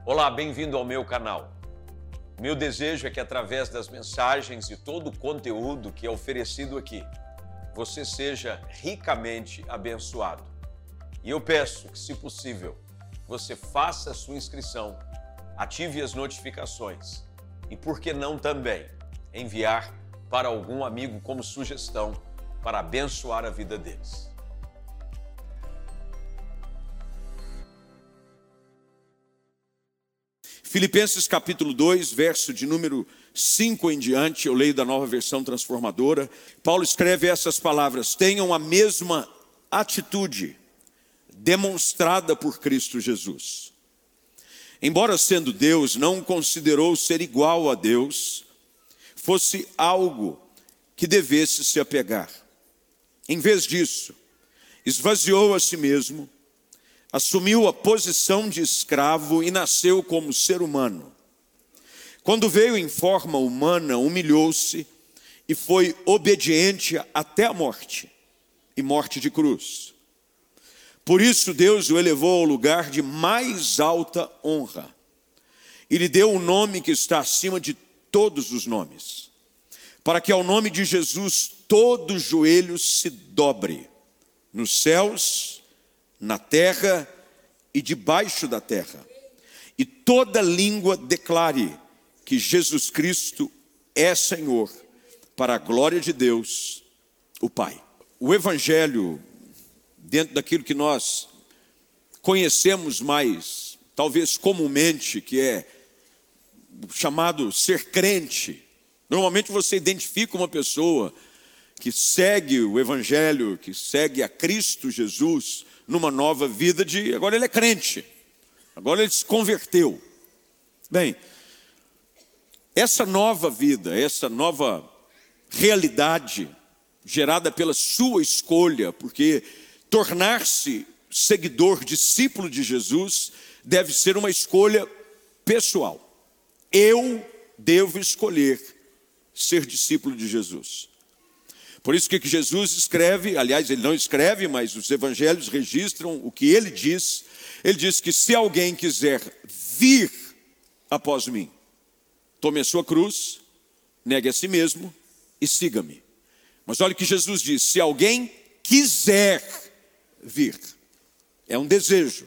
Olá, bem-vindo ao meu canal. Meu desejo é que através das mensagens e todo o conteúdo que é oferecido aqui, você seja ricamente abençoado. E eu peço que, se possível, você faça a sua inscrição, ative as notificações e, por que não também, enviar para algum amigo como sugestão para abençoar a vida deles. Filipenses capítulo 2, verso de número 5 em diante, eu leio da Nova Versão Transformadora. Paulo escreve essas palavras: tenham a mesma atitude demonstrada por Cristo Jesus. Embora sendo Deus, não considerou ser igual a Deus fosse algo que devesse se apegar. Em vez disso, esvaziou a si mesmo, assumiu a posição de escravo e nasceu como ser humano. Quando veio em forma humana, humilhou-se e foi obediente até a morte, e morte de cruz. Por isso Deus o elevou ao lugar de mais alta honra e lhe deu um nome que está acima de todos os nomes, para que ao nome de Jesus todo joelho se dobre, nos céus, na terra e debaixo da terra, e toda língua declare que Jesus Cristo é Senhor, para a glória de Deus, o Pai. O Evangelho, dentro daquilo que nós conhecemos mais, talvez comumente, que é chamado ser crente. Normalmente você identifica uma pessoa que segue o Evangelho, que segue a Cristo Jesus, numa nova vida de, agora ele é crente, agora ele se converteu. Bem, essa nova vida, essa nova realidade, gerada pela sua escolha, porque tornar-se seguidor, discípulo de Jesus, deve ser uma escolha pessoal. Eu devo escolher ser discípulo de Jesus. Por isso que Jesus escreve, aliás, ele não escreve, mas os evangelhos registram o que ele diz. Ele diz que se alguém quiser vir após mim, tome a sua cruz, negue a si mesmo e siga-me. Mas olha o que Jesus diz: se alguém quiser vir, é um desejo.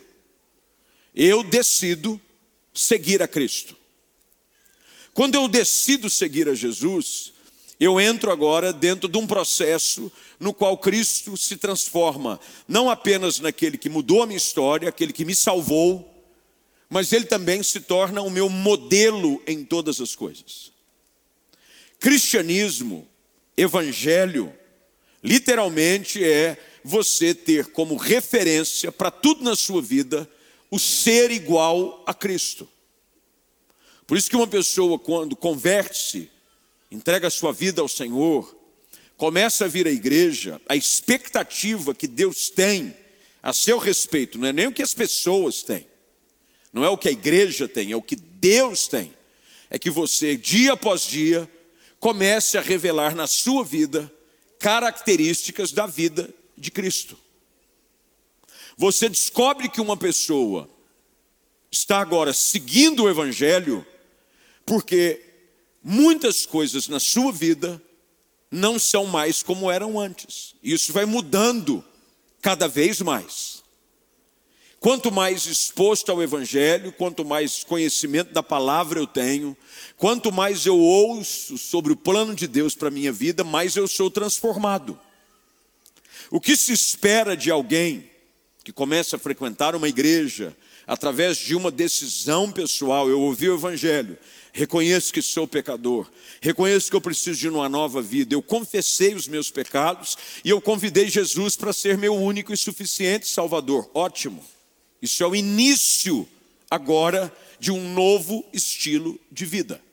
Eu decido seguir a Cristo. Quando eu decido seguir a Jesus, eu entro agora dentro de um processo no qual Cristo se transforma, não apenas naquele que mudou a minha história, aquele que me salvou, mas ele também se torna o meu modelo em todas as coisas. Cristianismo, evangelho, literalmente é você ter como referência para tudo na sua vida o ser igual a Cristo. Por isso que uma pessoa, quando converte-se, entrega a sua vida ao Senhor, começa a vir à igreja, a expectativa que Deus tem a seu respeito, não é nem o que as pessoas têm, não é o que a igreja tem, é o que Deus tem, é que você, dia após dia, comece a revelar na sua vida características da vida de Cristo. Você descobre que uma pessoa está agora seguindo o Evangelho, porque muitas coisas na sua vida não são mais como eram antes. Isso vai mudando cada vez mais. Quanto mais exposto ao Evangelho, quanto mais conhecimento da palavra eu tenho, quanto mais eu ouço sobre o plano de Deus para a minha vida, mais eu sou transformado. O que se espera de alguém que começa a frequentar uma igreja através de uma decisão pessoal? Eu ouvi o Evangelho, reconheço que sou pecador, reconheço que eu preciso de uma nova vida, eu confessei os meus pecados e eu convidei Jesus para ser meu único e suficiente Salvador. Ótimo, isso é o início agora de um novo estilo de vida.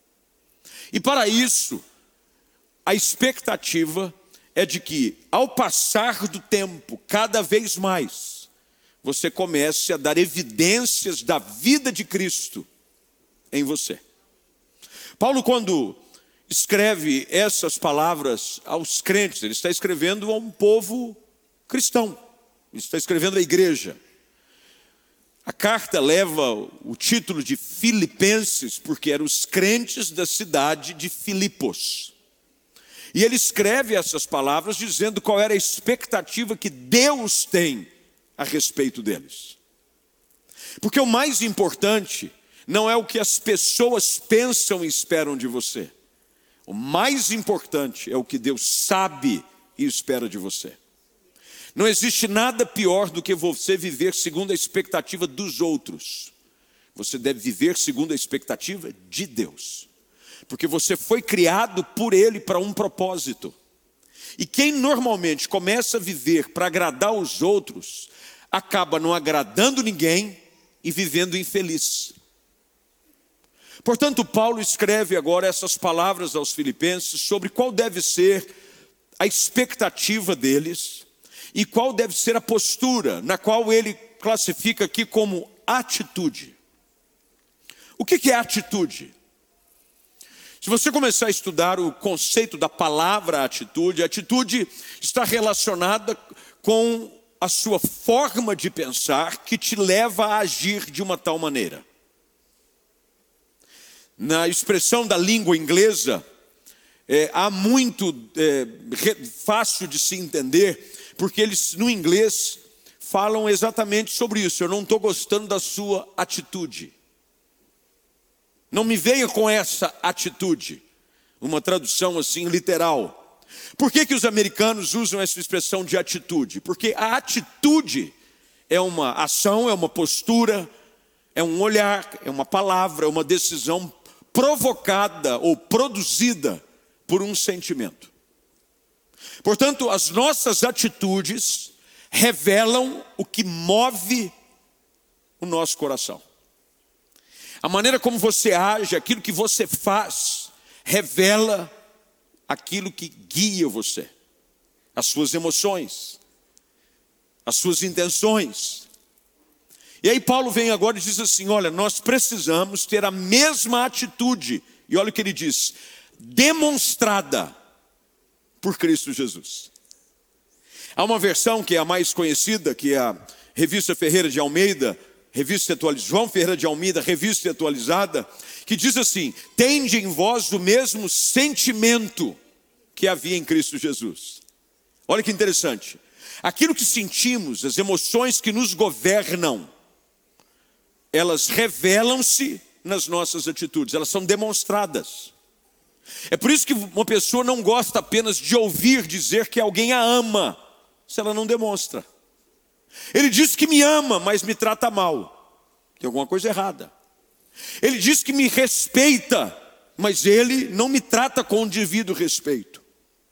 E para isso, a expectativa é de que, ao passar do tempo, cada vez mais, você comece a dar evidências da vida de Cristo em você. Paulo, quando escreve essas palavras aos crentes, ele está escrevendo a um povo cristão, ele está escrevendo à igreja. A carta leva o título de Filipenses, porque eram os crentes da cidade de Filipos. E ele escreve essas palavras dizendo qual era a expectativa que Deus tem a respeito deles. Porque o mais importante não é o que as pessoas pensam e esperam de você. O mais importante é o que Deus sabe e espera de você. Não existe nada pior do que você viver segundo a expectativa dos outros. Você deve viver segundo a expectativa de Deus. Porque você foi criado por Ele para um propósito. E quem normalmente começa a viver para agradar os outros, acaba não agradando ninguém e vivendo infeliz. Portanto, Paulo escreve agora essas palavras aos filipenses sobre qual deve ser a expectativa deles e qual deve ser a postura, na qual ele classifica aqui como atitude. O que é atitude? Se você começar a estudar o conceito da palavra atitude, a atitude está relacionada com a sua forma de pensar que te leva a agir de uma tal maneira. Na expressão da língua inglesa, há muito fácil de se entender, porque eles no inglês falam exatamente sobre isso. Eu não estou gostando da sua atitude. Não me venha com essa atitude. Uma tradução assim literal. Por que os americanos usam essa expressão de atitude? Porque a atitude é uma ação, é uma postura, é um olhar, é uma palavra, é uma decisão provocada ou produzida por um sentimento. Portanto, as nossas atitudes revelam o que move o nosso coração. A maneira como você age, aquilo que você faz, revela aquilo que guia você. As suas emoções, as suas intenções. E aí Paulo vem agora e diz assim, olha, nós precisamos ter a mesma atitude. E olha o que ele diz, demonstrada por Cristo Jesus. Há uma versão que é a mais conhecida, que é a Revista Ferreira de Almeida, João Ferreira de Almeida, Revista Atualizada, que diz assim, tende em vós o mesmo sentimento que havia em Cristo Jesus. Olha que interessante. Aquilo que sentimos, as emoções que nos governam, elas revelam-se nas nossas atitudes, elas são demonstradas. É por isso que uma pessoa não gosta apenas de ouvir dizer que alguém a ama, se ela não demonstra. Ele diz que me ama, mas me trata mal. Tem alguma coisa errada. Ele diz que me respeita, mas ele não me trata com o devido respeito.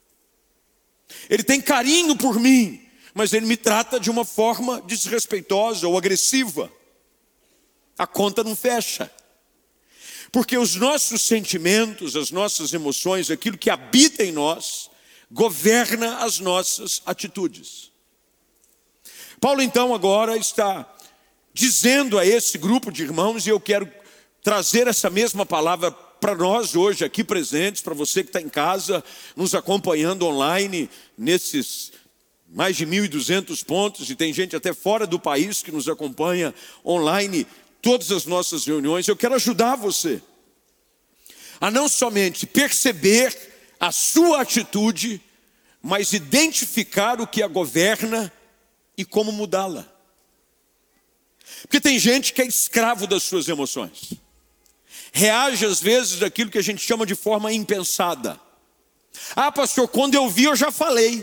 Ele tem carinho por mim, mas ele me trata de uma forma desrespeitosa ou agressiva. A conta não fecha. Porque os nossos sentimentos, as nossas emoções, aquilo que habita em nós, governa as nossas atitudes. Paulo então agora está dizendo a esse grupo de irmãos, e eu quero trazer essa mesma palavra para nós hoje aqui presentes, para você que está em casa, nos acompanhando online, nesses mais de 1.200 pontos, e tem gente até fora do país que nos acompanha online, todas as nossas reuniões. Eu quero ajudar você a não somente perceber a sua atitude, mas identificar o que a governa e como mudá-la. Porque tem gente que é escravo das suas emoções. Reage às vezes daquilo que a gente chama de forma impensada. Ah, pastor, quando eu vi eu já falei.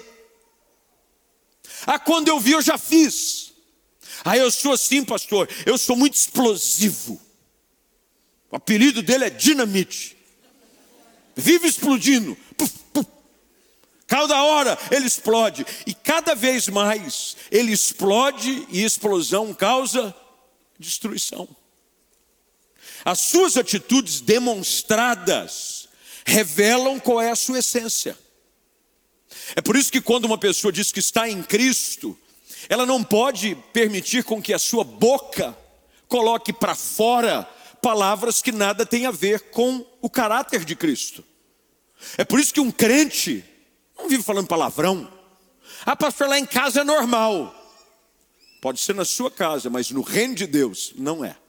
Ah, quando eu vi eu já fiz. Ah, eu sou assim, pastor, eu sou muito explosivo. O apelido dele é Dinamite. Vive explodindo. Puf, puf. Cada hora ele explode. E cada vez mais ele explode e explosão causa destruição. As suas atitudes demonstradas revelam qual é a sua essência. É por isso que quando uma pessoa diz que está em Cristo, ela não pode permitir com que a sua boca coloque para fora palavras que nada têm a ver com o caráter de Cristo. É por isso que um crente não vive falando palavrão. Ah, pastor, lá em casa é normal. Pode ser na sua casa, mas no reino de Deus não é.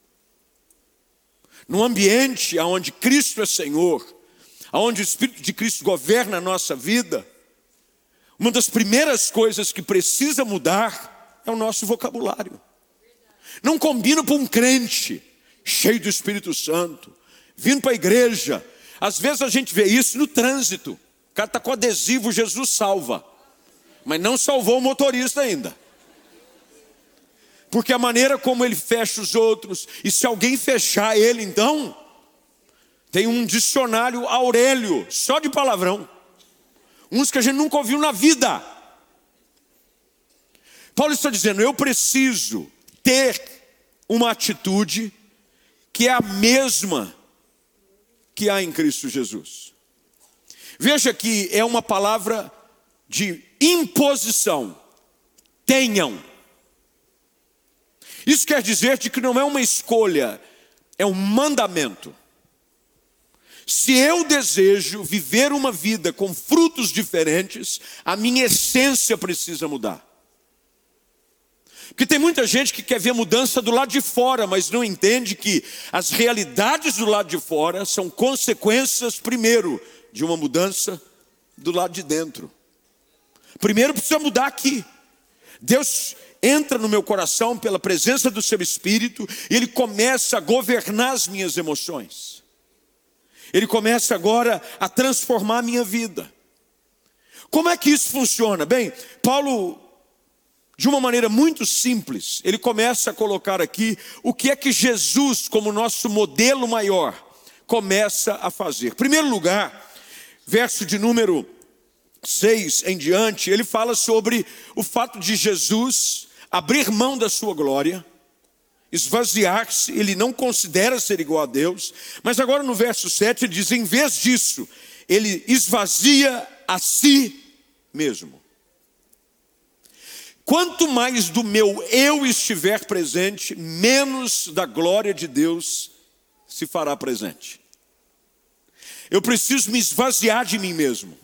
No ambiente onde Cristo é Senhor, onde o Espírito de Cristo governa a nossa vida, uma das primeiras coisas que precisa mudar é o nosso vocabulário. Não combina para um crente cheio do Espírito Santo, vindo para a igreja. Às vezes a gente vê isso no trânsito. O cara está com adesivo Jesus salva, mas não salvou o motorista ainda. Porque a maneira como ele fecha os outros, e se alguém fechar ele, então, tem um dicionário Aurélio, só de palavrão. Uns que a gente nunca ouviu na vida. Paulo está dizendo, eu preciso ter uma atitude que é a mesma que há em Cristo Jesus. Veja que é uma palavra de imposição. Tenham. Isso quer dizer que não é uma escolha, é um mandamento. Se eu desejo viver uma vida com frutos diferentes, a minha essência precisa mudar. Porque tem muita gente que quer ver mudança do lado de fora, mas não entende que as realidades do lado de fora são consequências, primeiro, de uma mudança do lado de dentro. Primeiro precisa mudar aqui. Deus entra no meu coração pela presença do seu Espírito e Ele começa a governar as minhas emoções. Ele começa agora a transformar a minha vida. Como é que isso funciona? Bem, Paulo, de uma maneira muito simples, ele começa a colocar aqui o que é que Jesus, como nosso modelo maior, começa a fazer. Em primeiro lugar, verso de número 6 em diante, ele fala sobre o fato de Jesus abrir mão da sua glória, esvaziar-se, ele não considera ser igual a Deus, mas agora no verso 7 ele diz, em vez disso, ele esvazia a si mesmo. Quanto mais do meu eu estiver presente, menos da glória de Deus se fará presente. Eu preciso me esvaziar de mim mesmo.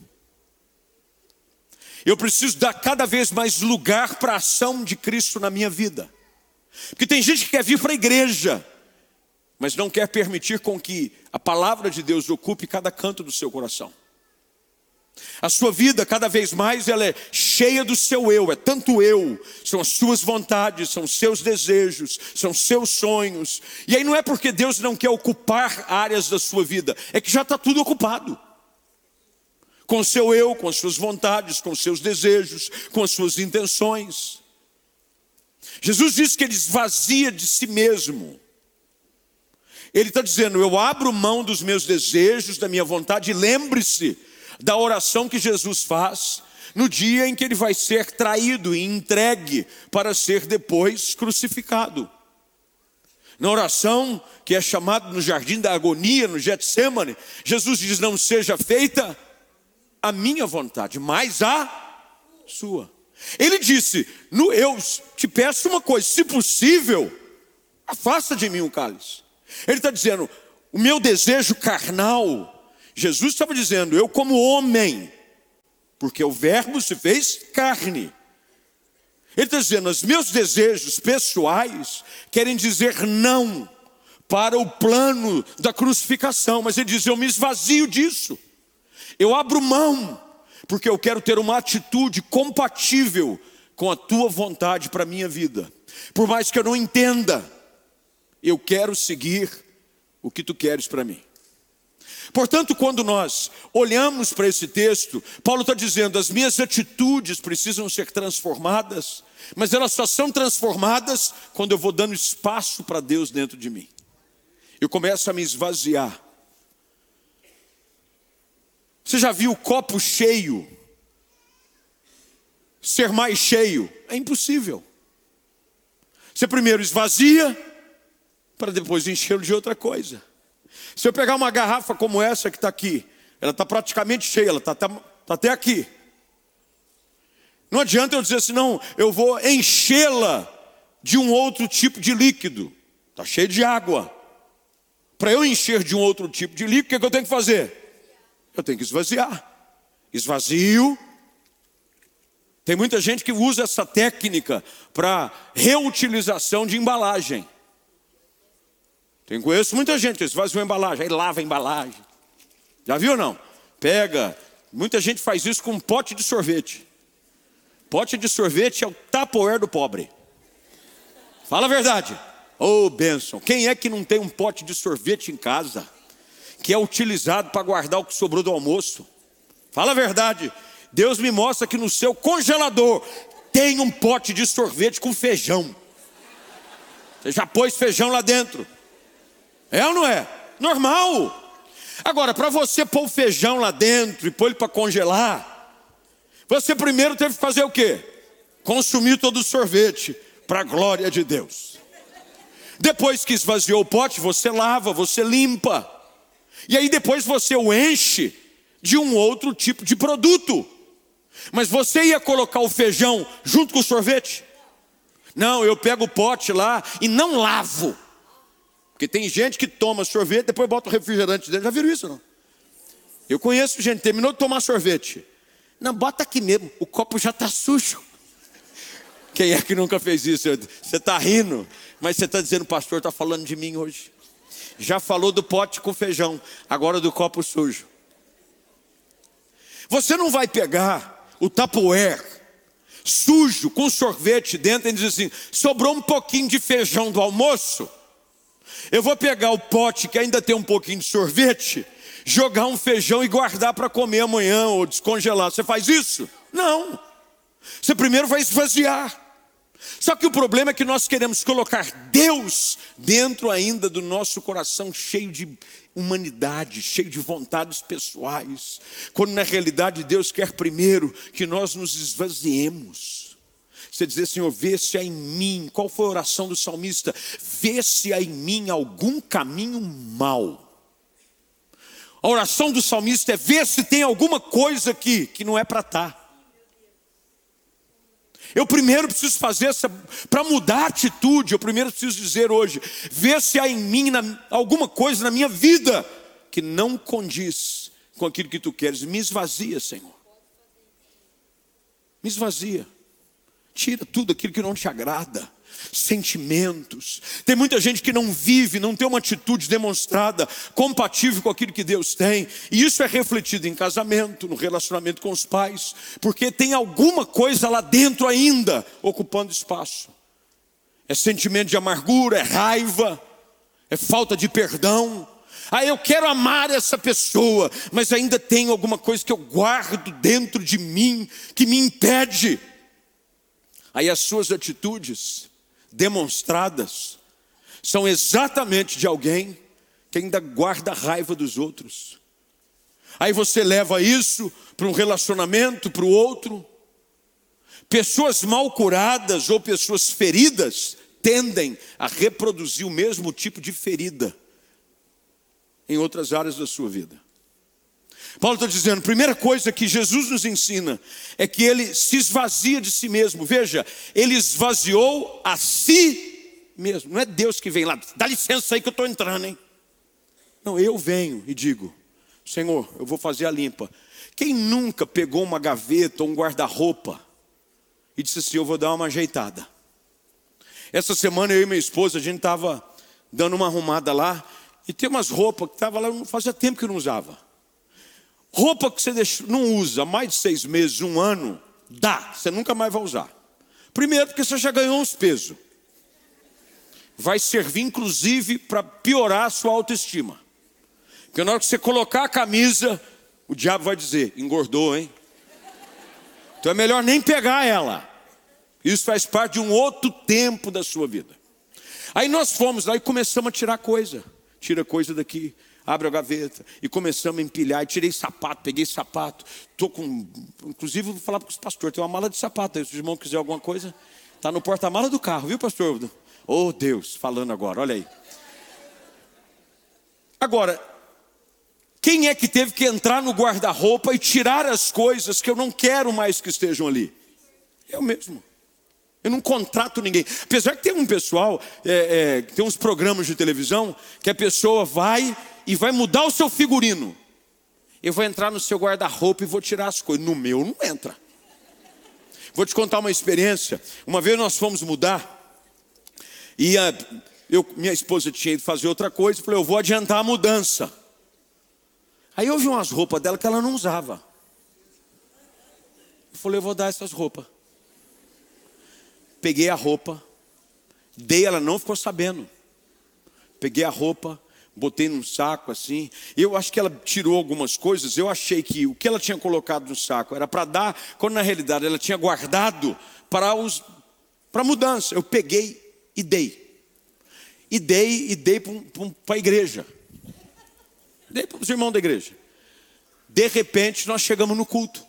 Eu preciso dar cada vez mais lugar para a ação de Cristo na minha vida. Porque tem gente que quer vir para a igreja, mas não quer permitir com que a palavra de Deus ocupe cada canto do seu coração. A sua vida, cada vez mais, ela é cheia do seu eu, é tanto eu, são as suas vontades, são os seus desejos, são os seus sonhos. E aí não é porque Deus não quer ocupar áreas da sua vida, é que já está tudo ocupado. Com o seu eu, com as suas vontades, com os seus desejos, com as suas intenções. Jesus disse que ele esvazia de si mesmo. Ele está dizendo, eu abro mão dos meus desejos, da minha vontade, e lembre-se da oração que Jesus faz no dia em que ele vai ser traído e entregue para ser depois crucificado. Na oração que é chamada no jardim da agonia, no Getsêmani, Jesus diz, não seja feita a minha vontade, mas a sua. Ele disse, eu te peço uma coisa, se possível, afasta de mim o cálice. Ele está dizendo, o meu desejo carnal, Jesus estava dizendo, eu como homem, porque o verbo se fez carne. Ele está dizendo, os meus desejos pessoais querem dizer não para o plano da crucificação, mas ele diz, eu me esvazio disso. Eu abro mão, porque eu quero ter uma atitude compatível com a tua vontade para a minha vida. Por mais que eu não entenda, eu quero seguir o que tu queres para mim. Portanto, quando nós olhamos para esse texto, Paulo está dizendo, as minhas atitudes precisam ser transformadas, mas elas só são transformadas quando eu vou dando espaço para Deus dentro de mim. Eu começo a me esvaziar. Você já viu o copo cheio ser mais cheio? É impossível. Você primeiro esvazia para depois encher de outra coisa. Se eu pegar uma garrafa como essa que está aqui, ela está praticamente cheia, ela está até aqui. Não adianta eu dizer assim, não, eu vou enchê-la de um outro tipo de líquido. Está cheio de água. Para eu encher de um outro tipo de líquido, o que eu tenho que fazer? Eu tenho que esvaziar. Esvazio. Tem muita gente que usa essa técnica para reutilização de embalagem. Conheço muita gente que faz uma embalagem, aí lava a embalagem. Já viu ou não? Pega, muita gente faz isso com um pote de sorvete. Pote de sorvete é o Tupperware do pobre. Fala a verdade. Ô, bênção, quem é que não tem um pote de sorvete em casa, que é utilizado para guardar o que sobrou do almoço? Fala a verdade. Deus me mostra que no seu congelador tem um pote de sorvete com feijão. Você já pôs feijão lá dentro. É ou não é? Normal. Agora, para você pôr o feijão lá dentro e pôr ele para congelar, você primeiro teve que fazer o quê? Consumir todo o sorvete, para a glória de Deus. Depois que esvaziou o pote, você lava, você limpa. E aí depois você o enche de um outro tipo de produto. Mas você ia colocar o feijão junto com o sorvete? Não, eu pego o pote lá e não lavo. Porque tem gente que toma sorvete, depois bota o refrigerante dentro. Já viram isso, não? Eu conheço gente, terminou de tomar sorvete. Não, bota aqui mesmo, o copo já está sujo. Quem é que nunca fez isso? Você está rindo, mas você está dizendo, o pastor está falando de mim hoje. Já falou do pote com feijão, agora do copo sujo. Você não vai pegar o Tupperware sujo com sorvete dentro e dizer assim, sobrou um pouquinho de feijão do almoço, eu vou pegar o pote que ainda tem um pouquinho de sorvete, jogar um feijão e guardar para comer amanhã ou descongelar. Você faz isso? Não. Você primeiro vai esvaziar. Só que o problema é que nós queremos colocar Deus dentro ainda do nosso coração, cheio de humanidade, cheio de vontades pessoais, quando na realidade Deus quer primeiro que nós nos esvaziemos. Você dizer, Senhor, vê se há em mim, qual foi a oração do salmista? Vê se há em mim algum caminho mau. A oração do salmista é ver se tem alguma coisa aqui que não é para estar. Eu primeiro preciso fazer para mudar a atitude, eu primeiro preciso dizer hoje, vê se há em mim alguma coisa na minha vida que não condiz com aquilo que tu queres. Me esvazia, Senhor. Me esvazia. Tira tudo aquilo que não te agrada. Sentimentos. Tem muita gente que não vive, não tem uma atitude demonstrada compatível com aquilo que Deus tem. E isso é refletido em casamento, no relacionamento com os pais, porque tem alguma coisa lá dentro ainda ocupando espaço. É sentimento de amargura, é raiva, é falta de perdão. Ah, eu quero amar essa pessoa, mas ainda tem alguma coisa que eu guardo dentro de mim que me impede. Aí as suas atitudes demonstradas são exatamente de alguém que ainda guarda a raiva dos outros. Aí você leva isso para um relacionamento, para o outro. Pessoas mal curadas ou pessoas feridas tendem a reproduzir o mesmo tipo de ferida em outras áreas da sua vida. Paulo está dizendo, primeira coisa que Jesus nos ensina é que ele se esvazia de si mesmo. Veja, ele esvaziou a si mesmo. Não é Deus que vem lá, dá licença aí que eu estou entrando, hein? Não, eu venho e digo, Senhor, eu vou fazer a limpa. Quem nunca pegou uma gaveta ou um guarda-roupa e disse assim, eu vou dar uma ajeitada? Essa semana eu e minha esposa, a gente estava dando uma arrumada lá e tem umas roupas que estavam lá, fazia tempo que eu não usava. Roupa que você não usa há mais de 6 meses, 1 ano, dá, você nunca mais vai usar. Primeiro porque você já ganhou uns pesos. Vai servir inclusive para piorar a sua autoestima. Porque na hora que você colocar a camisa, o diabo vai dizer, engordou, hein? Então é melhor nem pegar ela. Isso faz parte de um outro tempo da sua vida. Aí nós fomos lá e começamos a tirar coisa. Tira coisa daqui. Abre a gaveta e começamos a empilhar. E tirei sapato, peguei sapato. Inclusive vou falar para os pastores, tem uma mala de sapato aí. Se o irmão quiser alguma coisa, está no porta-mala do carro, viu, pastor? Oh Deus, falando agora, olha aí. Agora, quem é que teve que entrar no guarda-roupa e tirar as coisas que eu não quero mais que estejam ali? Eu mesmo. Eu não contrato ninguém. Apesar que tem um pessoal, tem uns programas de televisão que a pessoa vai e vai mudar o seu figurino. Eu vou entrar no seu guarda-roupa e vou tirar as coisas. No meu não entra. Vou te contar uma experiência. Uma vez nós fomos mudar e minha esposa tinha ido fazer outra coisa. Falei, eu vou adiantar a mudança. Aí eu vi umas roupas dela que ela não usava. Eu falei, eu vou dar essas roupas. Peguei a roupa, dei, ela não ficou sabendo. Peguei a roupa, botei num saco assim. Eu acho que ela tirou algumas coisas. Eu achei que o que ela tinha colocado no saco era para dar, quando na realidade ela tinha guardado para mudança. Eu peguei e dei. E dei para a igreja. Dei para os irmãos da igreja. De repente nós chegamos no culto.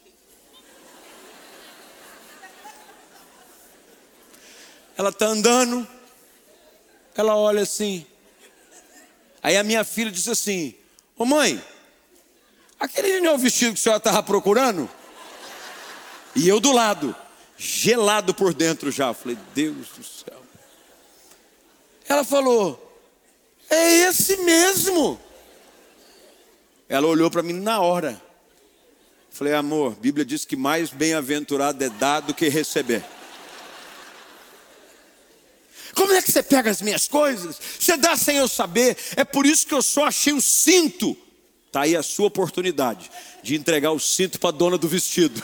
Ela está andando, ela olha assim. Aí a minha filha diz assim, ô mãe, aquele não é o vestido que a senhora estava procurando? E eu do lado, gelado por dentro já. Eu falei, Deus do céu. Ela falou, é esse mesmo. Ela olhou para mim na hora. Eu falei, amor, a Bíblia diz que mais bem-aventurado é dar do que receber. Como é que você pega as minhas coisas? Você dá sem eu saber. É por isso que eu só achei o cinto. Está aí a sua oportunidade de entregar o cinto para a dona do vestido.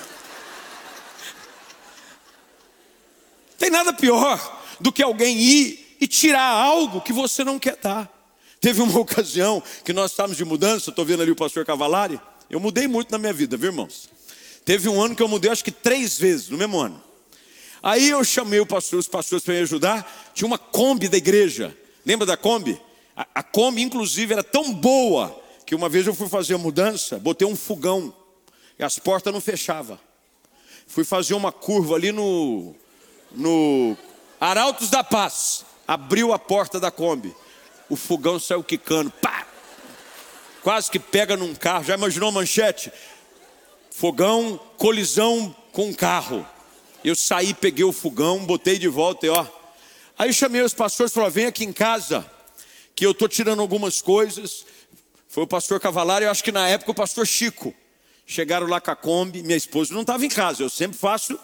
Tem nada pior do que alguém ir e tirar algo que você não quer dar. Teve uma ocasião que nós estávamos de mudança. Estou vendo ali o pastor Cavalari. Eu mudei muito na minha vida, viu, irmãos? Teve um ano que eu mudei acho que 3 vezes no mesmo ano. Aí eu chamei os pastores para me ajudar. Tinha uma Kombi da igreja. Lembra da Kombi? A Kombi, inclusive, era tão boa que uma vez eu fui fazer a mudança, botei um fogão e as portas não fechavam. Fui fazer uma curva ali no Arautos da Paz. Abriu a porta da Kombi. O fogão saiu quicando. Pá! Quase que pega num carro. Já imaginou a manchete? Fogão, colisão com um carro. Eu saí, peguei o fogão, botei de volta e ó. Aí eu chamei os pastores e falei, vem aqui em casa, que eu estou tirando algumas coisas. Foi o pastor Cavalari, eu acho que na época o pastor Chico. Chegaram lá com a Kombi, minha esposa não estava em casa, eu sempre faço.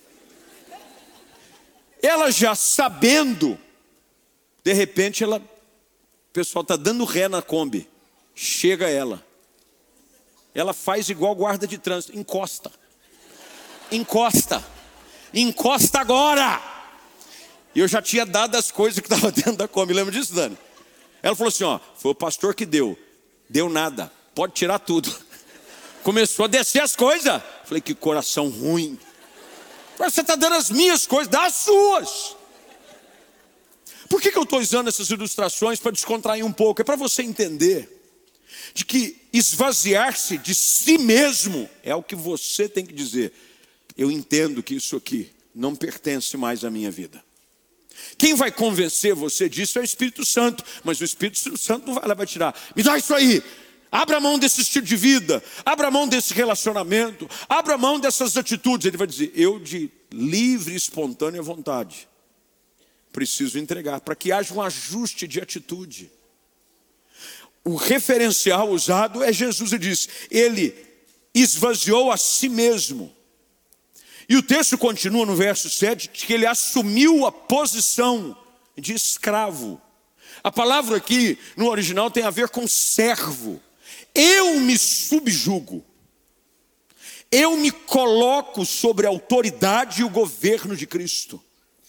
Ela já sabendo, de repente o pessoal está dando ré na Kombi. Chega ela. Ela faz igual guarda de trânsito, encosta. Encosta agora! E eu já tinha dado as coisas que estavam dentro da Kombi. Lembra disso, Dani? Ela falou assim, ó, foi o pastor que deu. Deu nada, pode tirar tudo. Começou a descer as coisas. Falei, que coração ruim. Você está dando as minhas coisas, dá as suas. Por que eu estou usando essas ilustrações para descontrair um pouco? É para você entender de que esvaziar-se de si mesmo é o que você tem que dizer. Eu entendo que isso aqui não pertence mais à minha vida. Quem vai convencer você disso é o Espírito Santo. Mas o Espírito Santo não vai lá, vai tirar. Me dá isso aí. Abra mão desse estilo de vida. Abra mão desse relacionamento. Abra mão dessas atitudes. Ele vai dizer, eu de livre e espontânea vontade preciso entregar. Para que haja um ajuste de atitude. O referencial usado é Jesus. Ele diz, ele esvaziou a si mesmo. E o texto continua no verso 7, que ele assumiu a posição de escravo. A palavra aqui, no original, tem a ver com servo. Eu me subjugo. Eu me coloco sobre a autoridade e o governo de Cristo.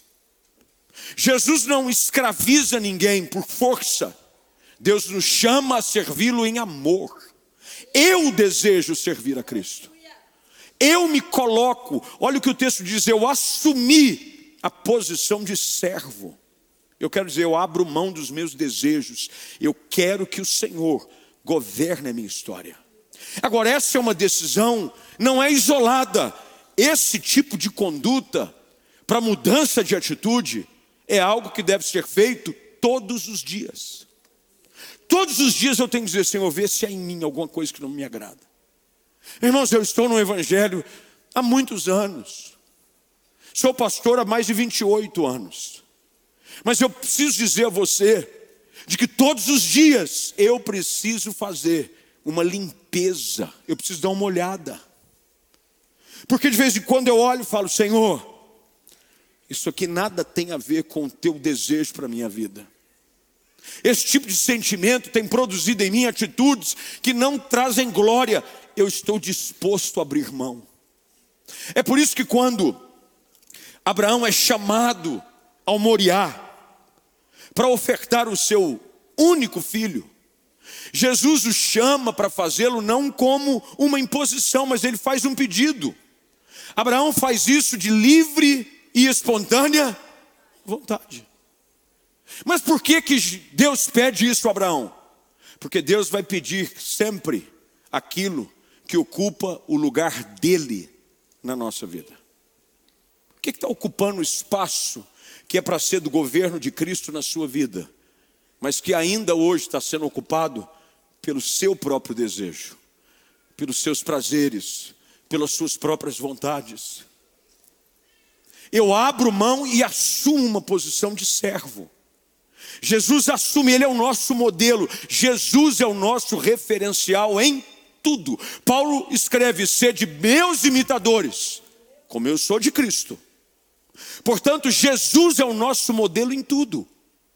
Jesus não escraviza ninguém por força. Deus nos chama a servi-lo em amor. Eu desejo servir a Cristo. Eu me coloco, olha o que o texto diz, eu assumi a posição de servo. Eu quero dizer, eu abro mão dos meus desejos. Eu quero que o Senhor governe a minha história. Agora, essa é uma decisão, não é isolada. Esse tipo de conduta, para mudança de atitude, é algo que deve ser feito todos os dias. Todos os dias eu tenho que dizer, Senhor, vê se há em mim alguma coisa que não me agrada. Irmãos, eu estou no Evangelho há muitos anos. Sou pastor há mais de 28 anos. Mas eu preciso dizer a você de que todos os dias eu preciso fazer uma limpeza. Eu preciso dar uma olhada. Porque de vez em quando eu olho e falo: Senhor, isso aqui nada tem a ver com o teu desejo para a minha vida. Esse tipo de sentimento tem produzido em mim atitudes que não trazem glória. Eu estou disposto a abrir mão. É por isso que quando Abraão é chamado ao Moriá para ofertar o seu único filho, Jesus o chama para fazê-lo não como uma imposição, mas ele faz um pedido. Abraão faz isso de livre e espontânea vontade. Mas por que Deus pede isso a Abraão? Porque Deus vai pedir sempre aquilo que ocupa o lugar dele na nossa vida. O que está ocupando o espaço que é para ser do governo de Cristo na sua vida, mas que ainda hoje está sendo ocupado pelo seu próprio desejo, pelos seus prazeres, pelas suas próprias vontades? Eu abro mão e assumo uma posição de servo. Jesus assume, ele é o nosso modelo. Jesus é o nosso referencial em tudo. Paulo escreve: sede meus imitadores, como eu sou de Cristo. Portanto, Jesus é o nosso modelo em tudo.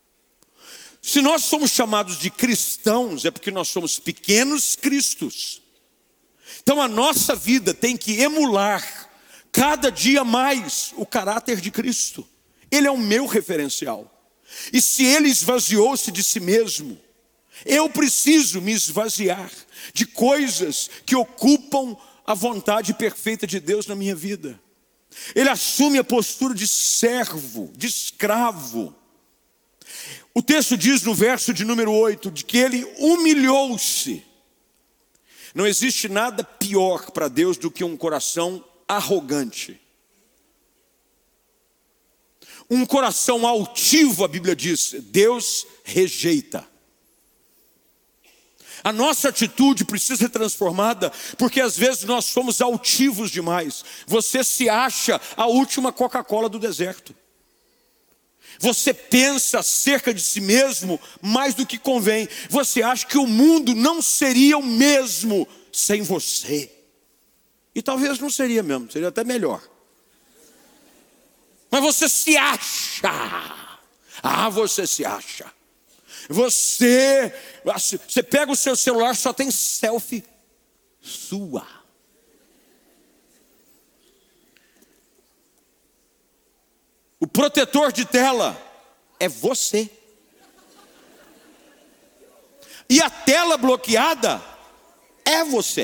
Se nós somos chamados de cristãos, é porque nós somos pequenos cristos. Então a nossa vida tem que emular cada dia mais o caráter de Cristo. Ele é o meu referencial. E se ele esvaziou-se de si mesmo, eu preciso me esvaziar de coisas que ocupam a vontade perfeita de Deus na minha vida. Ele assume a postura de servo, de escravo. O texto diz no verso de número 8, de que ele humilhou-se. Não existe nada pior para Deus do que um coração arrogante. Um coração altivo, a Bíblia diz, Deus rejeita. A nossa atitude precisa ser transformada, porque às vezes nós somos altivos demais. Você se acha a última Coca-Cola do deserto. Você pensa acerca de si mesmo mais do que convém. Você acha que o mundo não seria o mesmo sem você. E talvez não seria mesmo, seria até melhor. Mas você se acha. Você se acha. Você pega o seu celular, só tem selfie sua. O protetor de tela é você. E a tela bloqueada é você.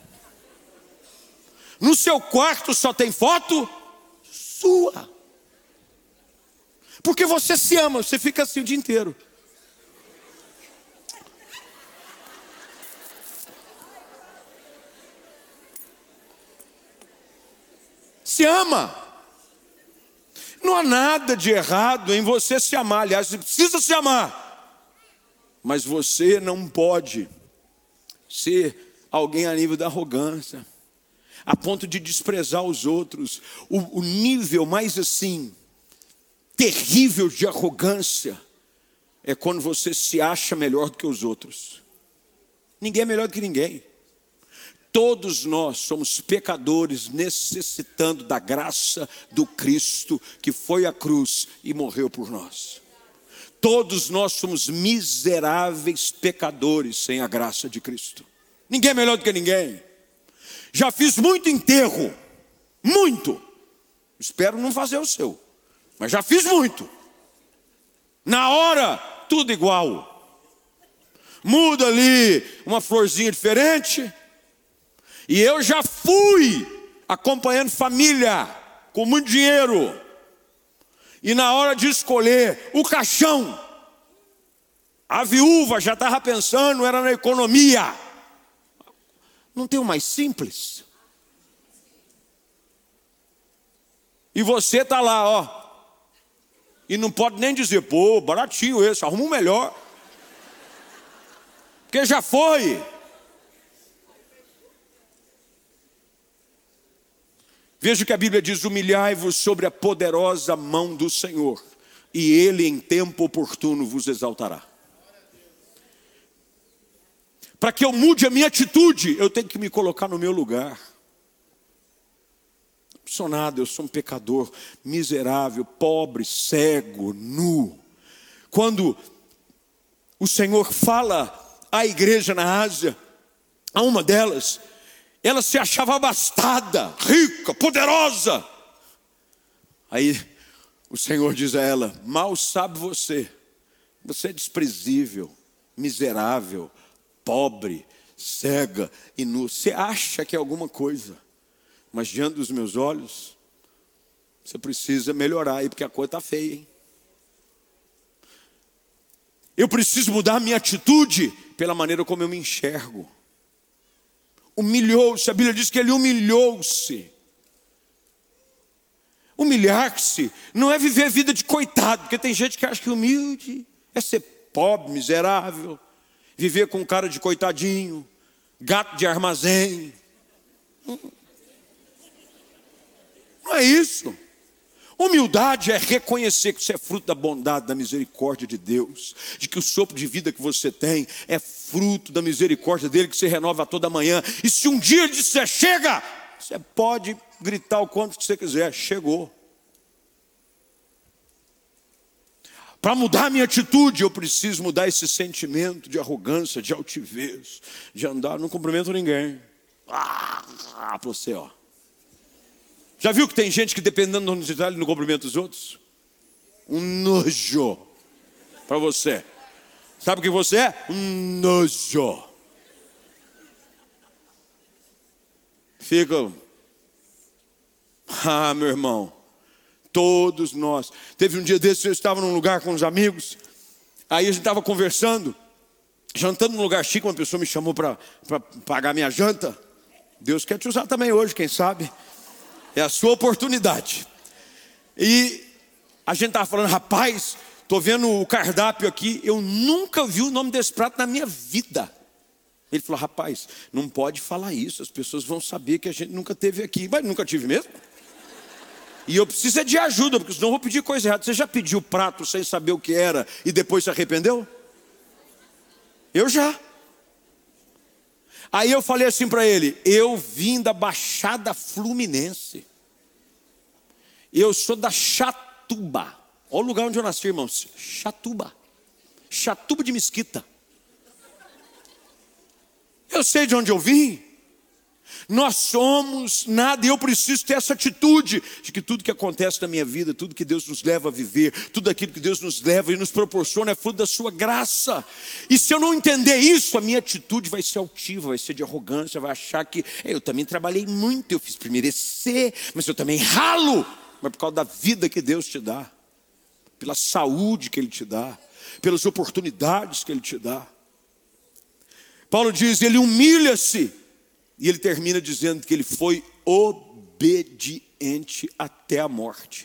No seu quarto só tem foto sua. Porque você se ama, você fica assim o dia inteiro. Se ama. Não há nada de errado em você se amar. Aliás, você precisa se amar. Mas você não pode ser alguém a nível da arrogância, a ponto de desprezar os outros. O nível mais assim terrível de arrogância é quando você se acha melhor do que os outros. Ninguém é melhor do que ninguém. Todos nós somos pecadores necessitando da graça do Cristo que foi à cruz e morreu por nós. Todos nós somos miseráveis pecadores sem a graça de Cristo. Ninguém é melhor do que ninguém. Já fiz muito enterro, muito. Espero não fazer o seu, mas já fiz muito. Na hora, tudo igual. Muda ali uma florzinha diferente. E eu já fui acompanhando família com muito dinheiro. E na hora de escolher o caixão, a viúva já estava pensando, era na economia. Não tem o mais simples? E você está lá, ó. E não pode nem dizer, pô, baratinho esse, arruma um melhor. Porque já foi. Veja o que a Bíblia diz: humilhai-vos sobre a poderosa mão do Senhor, e Ele em tempo oportuno vos exaltará. Para que eu mude a minha atitude, eu tenho que me colocar no meu lugar. sou nada, eu sou um pecador miserável, pobre, cego, nu. Quando o Senhor fala à igreja na Ásia, a uma delas, ela se achava abastada, rica, poderosa. Aí o Senhor diz a ela: mal sabe você é desprezível, miserável, pobre, cega e nu. Você acha que é alguma coisa, mas diante dos meus olhos, você precisa melhorar aí, porque a coisa está feia, hein? Eu preciso mudar a minha atitude pela maneira como eu me enxergo. Humilhou-se, a Bíblia diz que ele humilhou-se. Humilhar-se não é viver vida de coitado, porque tem gente que acha que humilde é ser pobre, miserável, viver com cara de coitadinho, gato de armazém. Não é isso. Humildade é reconhecer que você é fruto da bondade, da misericórdia de Deus, de que o sopro de vida que você tem é fruto da misericórdia dele, que se renova a toda manhã. E se um dia ele disser chega, você pode gritar o quanto que você quiser, chegou. Para mudar a minha atitude, eu preciso mudar esse sentimento de arrogância, de altivez, de andar, não cumprimento ninguém. Para você, ó. Já viu que tem gente que dependendo de onde você está, ele não cumprimenta os outros? Um nojo para você. Sabe o que você é? Um nojo. Fica. Meu irmão, todos nós. Teve um dia desses, eu estava num lugar com uns amigos. Aí a gente estava conversando, jantando num lugar chique. Uma pessoa me chamou para pagar minha janta. Deus quer te usar também hoje, quem sabe? É a sua oportunidade. E a gente estava falando: rapaz, estou vendo o cardápio aqui, eu nunca vi o nome desse prato na minha vida. Ele falou: rapaz, não pode falar isso, as pessoas vão saber que a gente nunca teve aqui. Mas nunca tive mesmo. E eu preciso de ajuda, porque senão eu vou pedir coisa errada. Você já pediu o prato sem saber o que era e depois se arrependeu? Eu já. Aí eu falei assim para ele: eu vim da Baixada Fluminense. Eu sou da Chatuba. Olha o lugar onde eu nasci, irmãos. Chatuba. Chatuba de Mesquita. Eu sei de onde eu vim. Nós somos nada, e eu preciso ter essa atitude de que tudo que acontece na minha vida, tudo que Deus nos leva a viver, tudo aquilo que Deus nos leva e nos proporciona é fruto da sua graça. E se eu não entender isso, a minha atitude vai ser altiva, vai ser de arrogância, vai achar que eu também trabalhei muito, eu fiz primeiro EC, mas eu também ralo. Mas por causa da vida que Deus te dá, pela saúde que Ele te dá, pelas oportunidades que Ele te dá. Paulo diz, ele humilha-se. E ele termina dizendo que ele foi obediente até a morte.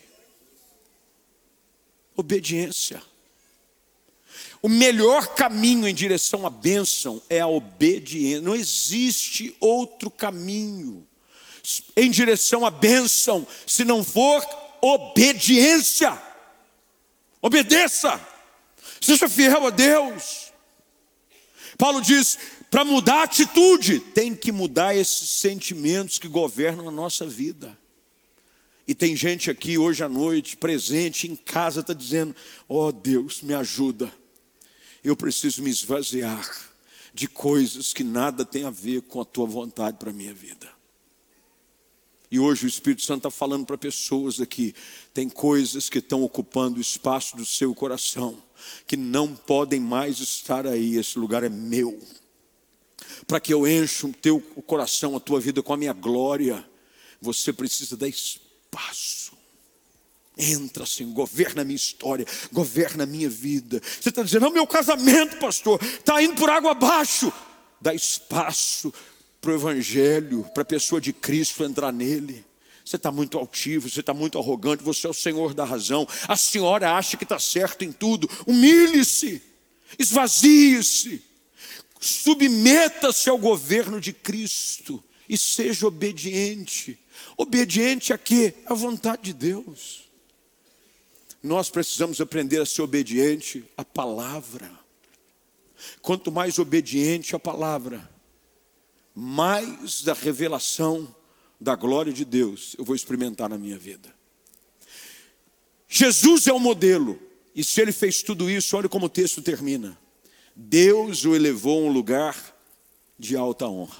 Obediência. O melhor caminho em direção à bênção é a obediência. Não existe outro caminho em direção à bênção se não for obediência. Obedeça. Seja fiel a Deus. Paulo diz, para mudar a atitude, tem que mudar esses sentimentos que governam a nossa vida. E tem gente aqui hoje à noite, presente em casa, está dizendo, ó Deus, me ajuda. Eu preciso me esvaziar de coisas que nada tem a ver com a tua vontade para a minha vida. E hoje o Espírito Santo está falando para pessoas aqui, tem coisas que estão ocupando o espaço do seu coração, que não podem mais estar aí, esse lugar é meu. Para que eu encha o teu coração, a tua vida com a minha glória, você precisa dar espaço. Entra, Senhor, governa a minha história, governa a minha vida. Você está dizendo, meu casamento, pastor, está indo por água abaixo. Dá espaço para o Evangelho, para a pessoa de Cristo entrar nele. Você está muito altivo, você está muito arrogante, você é o Senhor da razão. A senhora acha que está certo em tudo. Humilhe-se, esvazie-se. Submeta-se ao governo de Cristo e seja obediente. Obediente a quê? À vontade de Deus. Nós precisamos aprender a ser obediente à palavra. Quanto mais obediente à palavra, mais da revelação da glória de Deus eu vou experimentar na minha vida. Jesus é o modelo. E se ele fez tudo isso, olha como o texto termina. Deus o elevou a um lugar de alta honra.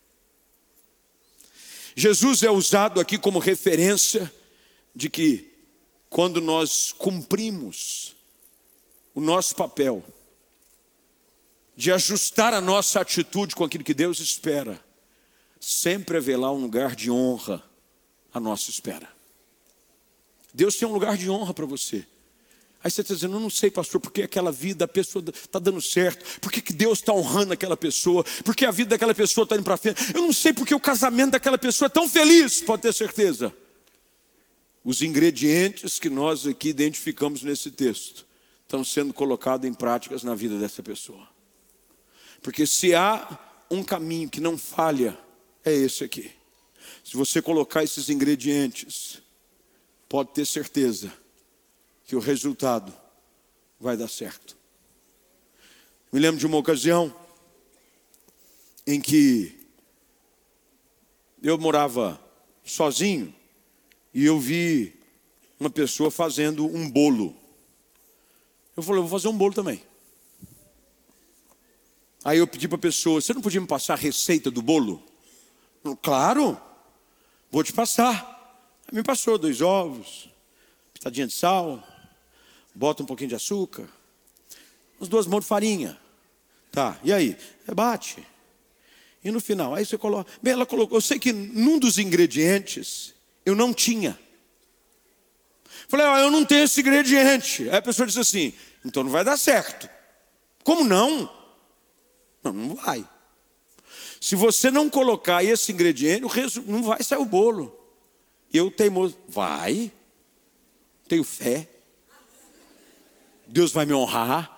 Jesus é usado aqui como referência de que quando nós cumprimos o nosso papel de ajustar a nossa atitude com aquilo que Deus espera, sempre haverá um lugar de honra à nossa espera. Deus tem um lugar de honra para você. Aí você está dizendo, eu não sei, pastor, porque aquela vida, a pessoa está dando certo, por que Deus está honrando aquela pessoa, porque a vida daquela pessoa está indo para frente, eu não sei porque o casamento daquela pessoa é tão feliz, pode ter certeza. Os ingredientes que nós aqui identificamos nesse texto estão sendo colocados em práticas na vida dessa pessoa. Porque se há um caminho que não falha, é esse aqui. Se você colocar esses ingredientes, pode ter certeza que o resultado vai dar certo. Me lembro de uma ocasião em que eu morava sozinho e eu vi uma pessoa fazendo um bolo. Eu falei, eu vou fazer um bolo também. Aí eu pedi para a pessoa, você não podia me passar a receita do bolo? Claro, vou te passar. Me passou 2 ovos, pitadinha de sal, bota um pouquinho de açúcar, umas 2 mãos de farinha. Tá, e aí? Bate. E no final, aí você coloca. Bem, ela colocou, eu sei que num dos ingredientes eu não tinha. Falei, eu não tenho esse ingrediente. Aí a pessoa disse assim, então não vai dar certo. Como não? Não vai. Se você não colocar esse ingrediente, não vai sair o bolo. Eu teimoso, vai. Tenho fé. Deus vai me honrar.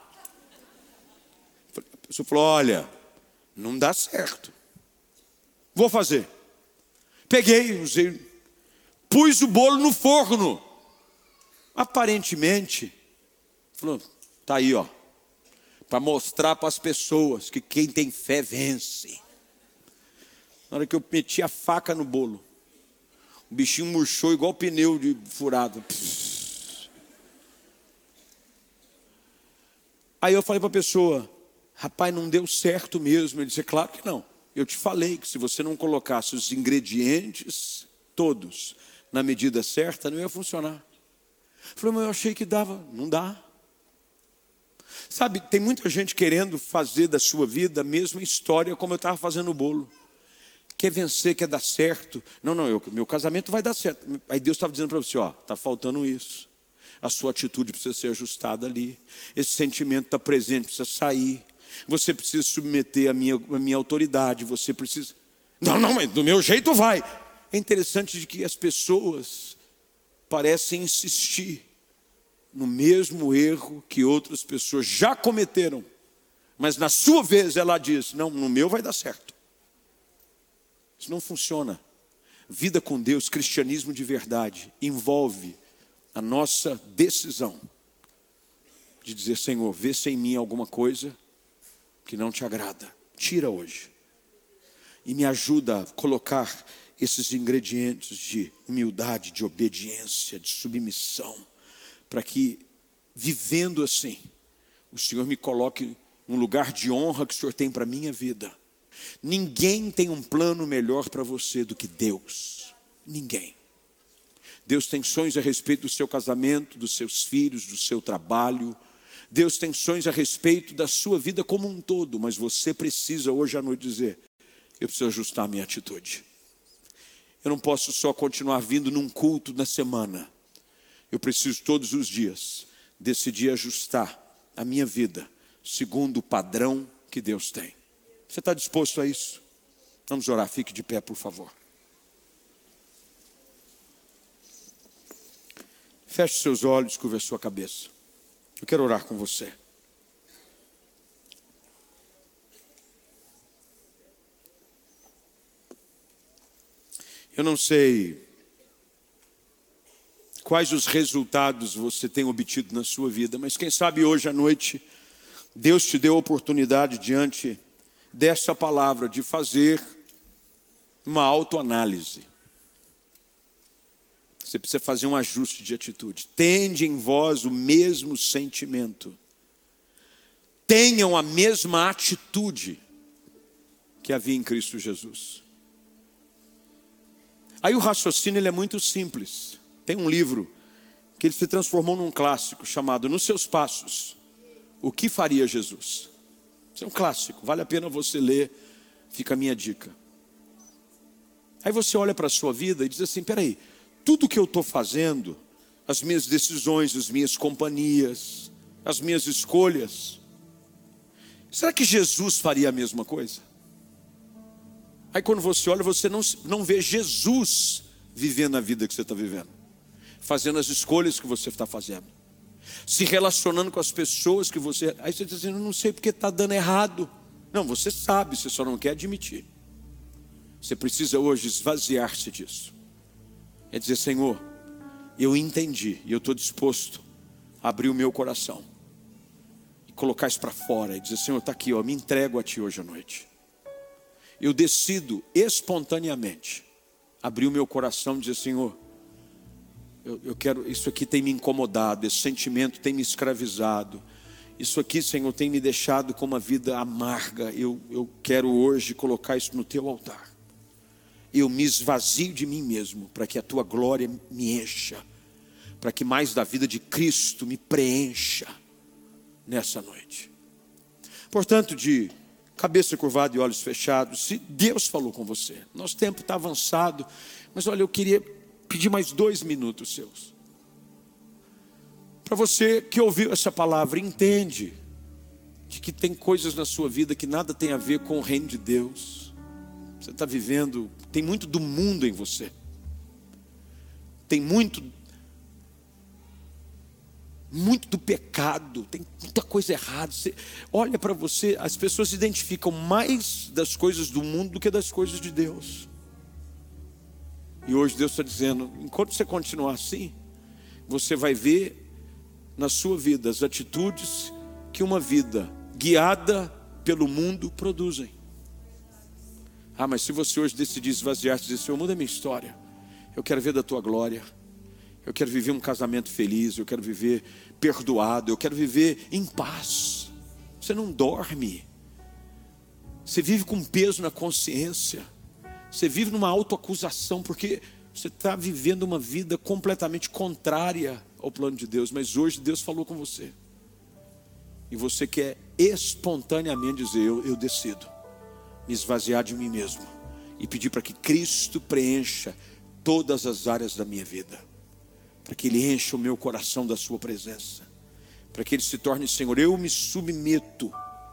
A pessoa falou, olha, não dá certo. Vou fazer. Peguei, usei, pus o bolo no forno. Aparentemente, falou, tá aí, ó. Para mostrar para as pessoas que quem tem fé vence. Na hora que eu meti a faca no bolo, o bichinho murchou igual pneu de furado. Aí eu falei para a pessoa, rapaz, não deu certo mesmo. Ele disse, claro que não. Eu te falei que se você não colocasse os ingredientes todos na medida certa, não ia funcionar. Eu falei, mas eu achei que dava. Não dá. Sabe, tem muita gente querendo fazer da sua vida a mesma história como eu estava fazendo o bolo. Quer vencer, quer dar certo. Não, meu casamento vai dar certo. Aí Deus estava dizendo para você, ó, está faltando isso. A sua atitude precisa ser ajustada ali. Esse sentimento está presente, precisa sair. Você precisa submeter a minha autoridade. Você precisa... Não, mas do meu jeito vai. É interessante de que as pessoas parecem insistir no mesmo erro que outras pessoas já cometeram. Mas na sua vez ela diz, não, no meu vai dar certo. Isso não funciona. Vida com Deus, cristianismo de verdade, envolve a nossa decisão de dizer, Senhor, vê se em mim alguma coisa que não te agrada. Tira hoje. E me ajuda a colocar esses ingredientes de humildade, de obediência, de submissão, para que, vivendo assim, o Senhor me coloque num lugar de honra que o Senhor tem para a minha vida. Ninguém tem um plano melhor para você do que Deus. Ninguém. Deus tem sonhos a respeito do seu casamento, dos seus filhos, do seu trabalho. Deus tem sonhos a respeito da sua vida como um todo. Mas você precisa hoje à noite dizer, eu preciso ajustar a minha atitude. Eu não posso só continuar vindo num culto na semana. Eu preciso todos os dias decidir ajustar a minha vida segundo o padrão que Deus tem. Você está disposto a isso? Vamos orar, fique de pé, por favor. Feche seus olhos, curva a sua cabeça. Eu quero orar com você. Eu não sei quais os resultados você tem obtido na sua vida, mas quem sabe hoje à noite Deus te deu a oportunidade diante dessa palavra de fazer uma autoanálise. Você precisa fazer um ajuste de atitude. Tende em vós o mesmo sentimento. Tenham a mesma atitude que havia em Cristo Jesus. Aí o raciocínio ele é muito simples. Tem um livro que ele se transformou num clássico chamado Nos Seus Passos, O que Faria Jesus? Isso é um clássico, vale a pena você ler, fica a minha dica. Aí você olha para a sua vida e diz assim, peraí, tudo que eu estou fazendo, as minhas decisões, as minhas companhias, as minhas escolhas, será que Jesus faria a mesma coisa? Aí quando você olha, você não vê Jesus vivendo a vida que você está vivendo, fazendo as escolhas que você está fazendo, se relacionando com as pessoas que você... Aí você diz assim, eu não sei porque está dando errado. Não, você sabe, você só não quer admitir. Você precisa hoje esvaziar-se disso. É dizer, Senhor, eu entendi e eu estou disposto a abrir o meu coração e colocar isso para fora e dizer, Senhor, está aqui, ó, me entrego a Ti hoje à noite. Eu decido espontaneamente abrir o meu coração e dizer, Senhor, eu quero, isso aqui tem me incomodado, esse sentimento tem me escravizado, isso aqui, Senhor, tem me deixado com uma vida amarga, eu quero hoje colocar isso no Teu altar. Eu me esvazio de mim mesmo, para que a Tua glória me encha, para que mais da vida de Cristo me preencha nessa noite. Portanto, de cabeça curvada e olhos fechados, se Deus falou com você, nosso tempo está avançado, mas olha, eu queria pedir mais 2 minutos seus. Para você que ouviu essa palavra, entende de que tem coisas na sua vida que nada tem a ver com o reino de Deus. Você está vivendo, tem muito do mundo em você. Tem muito do pecado, tem muita coisa errada. Você olha para você, as pessoas se identificam mais das coisas do mundo do que das coisas de Deus. E hoje Deus está dizendo, enquanto você continuar assim, você vai ver na sua vida as atitudes que uma vida guiada pelo mundo produzem. Ah, mas se você hoje decidir esvaziar-se e dizer, Senhor, muda a minha história, eu quero ver da Tua glória, eu quero viver um casamento feliz, eu quero viver perdoado, eu quero viver em paz. Você não dorme, você vive com peso na consciência, você vive numa autoacusação, porque você está vivendo uma vida completamente contrária ao plano de Deus. Mas hoje Deus falou com você, e você quer espontaneamente dizer, eu decido me esvaziar de mim mesmo e pedir para que Cristo preencha todas as áreas da minha vida, para que Ele encha o meu coração da Sua presença, para que Ele se torne Senhor. Eu me submeto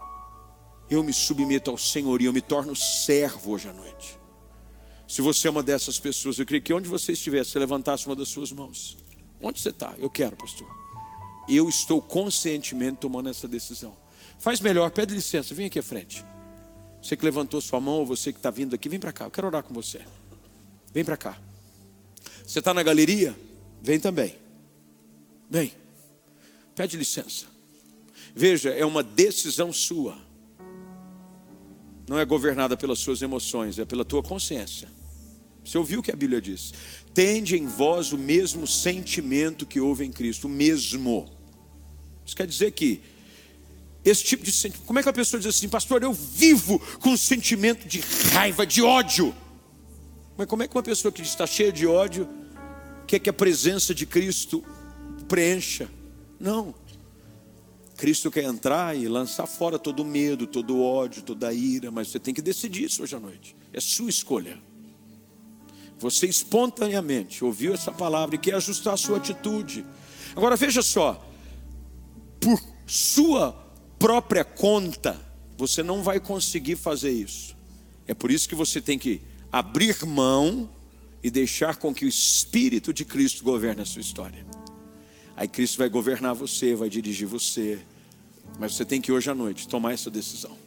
ao Senhor e eu me torno servo hoje à noite. Se você é uma dessas pessoas, eu queria que onde você estiver, você levantasse uma das suas mãos. Onde você está? Eu quero, pastor. Eu estou conscientemente tomando essa decisão. Faz melhor, pede licença, vem aqui à frente. Você que levantou sua mão, ou você que está vindo aqui, vem para cá, eu quero orar com você. Vem para cá. Você está na galeria? Vem também. Vem. Pede licença. Veja, é uma decisão sua. Não é governada pelas suas emoções, é pela tua consciência. Você ouviu o que a Bíblia diz? Tende em vós o mesmo sentimento que houve em Cristo. O mesmo. Isso quer dizer que esse tipo de sentimento... Como é que a pessoa diz assim, pastor, eu vivo com um sentimento de raiva, de ódio. Mas como é que uma pessoa que está cheia de ódio quer que a presença de Cristo preencha? Não. Cristo quer entrar e lançar fora todo o medo, todo o ódio, toda a ira. Mas você tem que decidir isso hoje à noite. É sua escolha. Você espontaneamente ouviu essa palavra e quer ajustar a sua atitude. Agora veja só, por sua própria conta, você não vai conseguir fazer isso. É por isso que você tem que abrir mão e deixar com que o Espírito de Cristo governe a sua história. Aí Cristo vai governar você, vai dirigir você. Mas você tem que hoje à noite tomar essa decisão.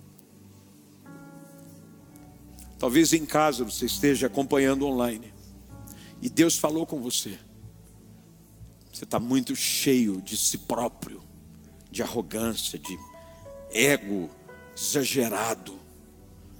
Talvez em casa você esteja acompanhando online e Deus falou com você. Você está muito cheio de si próprio, de arrogância, de ego exagerado,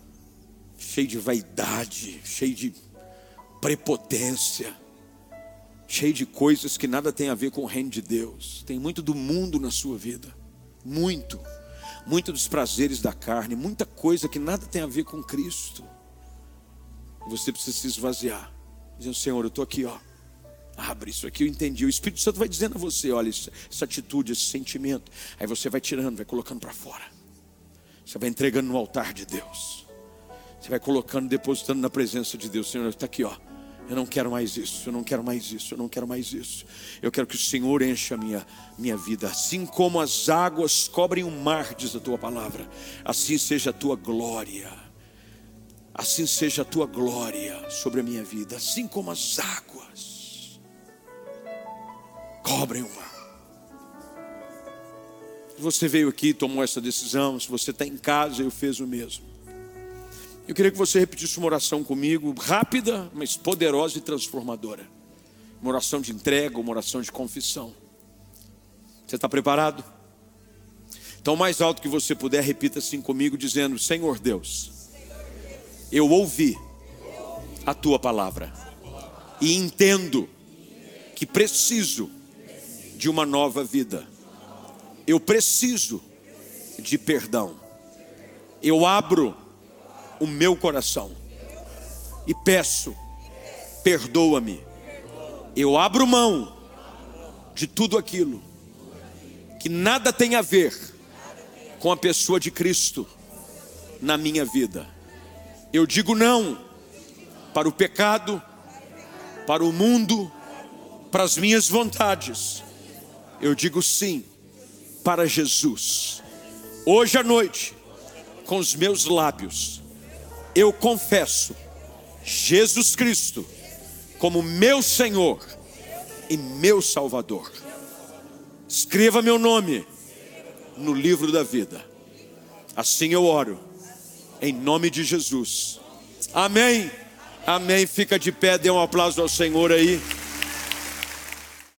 cheio de vaidade, cheio de prepotência. cheio de coisas que nada tem a ver com o reino de Deus. Tem muito do mundo na sua vida, muito dos prazeres da carne, muita coisa que nada tem a ver com Cristo. Você precisa se esvaziar, dizendo: Senhor, eu estou aqui, ó. Abre isso aqui, eu entendi. O Espírito Santo vai dizendo a você: olha, essa atitude, esse sentimento. Aí você vai tirando, vai colocando para fora. Você vai entregando no altar de Deus. Você vai colocando, depositando na presença de Deus. Senhor, está aqui, ó. Eu não quero mais isso, eu não quero mais isso, eu não quero mais isso. Eu quero que o Senhor encha a minha vida. Assim como as águas cobrem o mar, diz a tua palavra, assim seja a tua glória. Assim seja a tua glória sobre a minha vida. Assim como as águas cobrem o mar. Se você veio aqui e tomou essa decisão, se você está em casa e fez o mesmo, eu queria que você repetisse uma oração comigo, rápida, mas poderosa e transformadora. Uma oração de entrega, uma oração de confissão. Você está preparado? Então, o mais alto que você puder, repita assim comigo, dizendo: Senhor Deus, eu ouvi a tua palavra e entendo que preciso de uma nova vida. Eu preciso de perdão. Eu abro o meu coração e peço: perdoa-me. Eu abro mão de tudo aquilo que nada tem a ver com a pessoa de Cristo na minha vida. Eu digo não para o pecado, para o mundo, para as minhas vontades. Eu digo sim para Jesus. Hoje à noite, com os meus lábios, eu confesso Jesus Cristo como meu Senhor e meu Salvador. Escreva meu nome no livro da vida. Assim eu oro, em nome de Jesus. Amém. Amém. Fica de pé, dê um aplauso ao Senhor aí.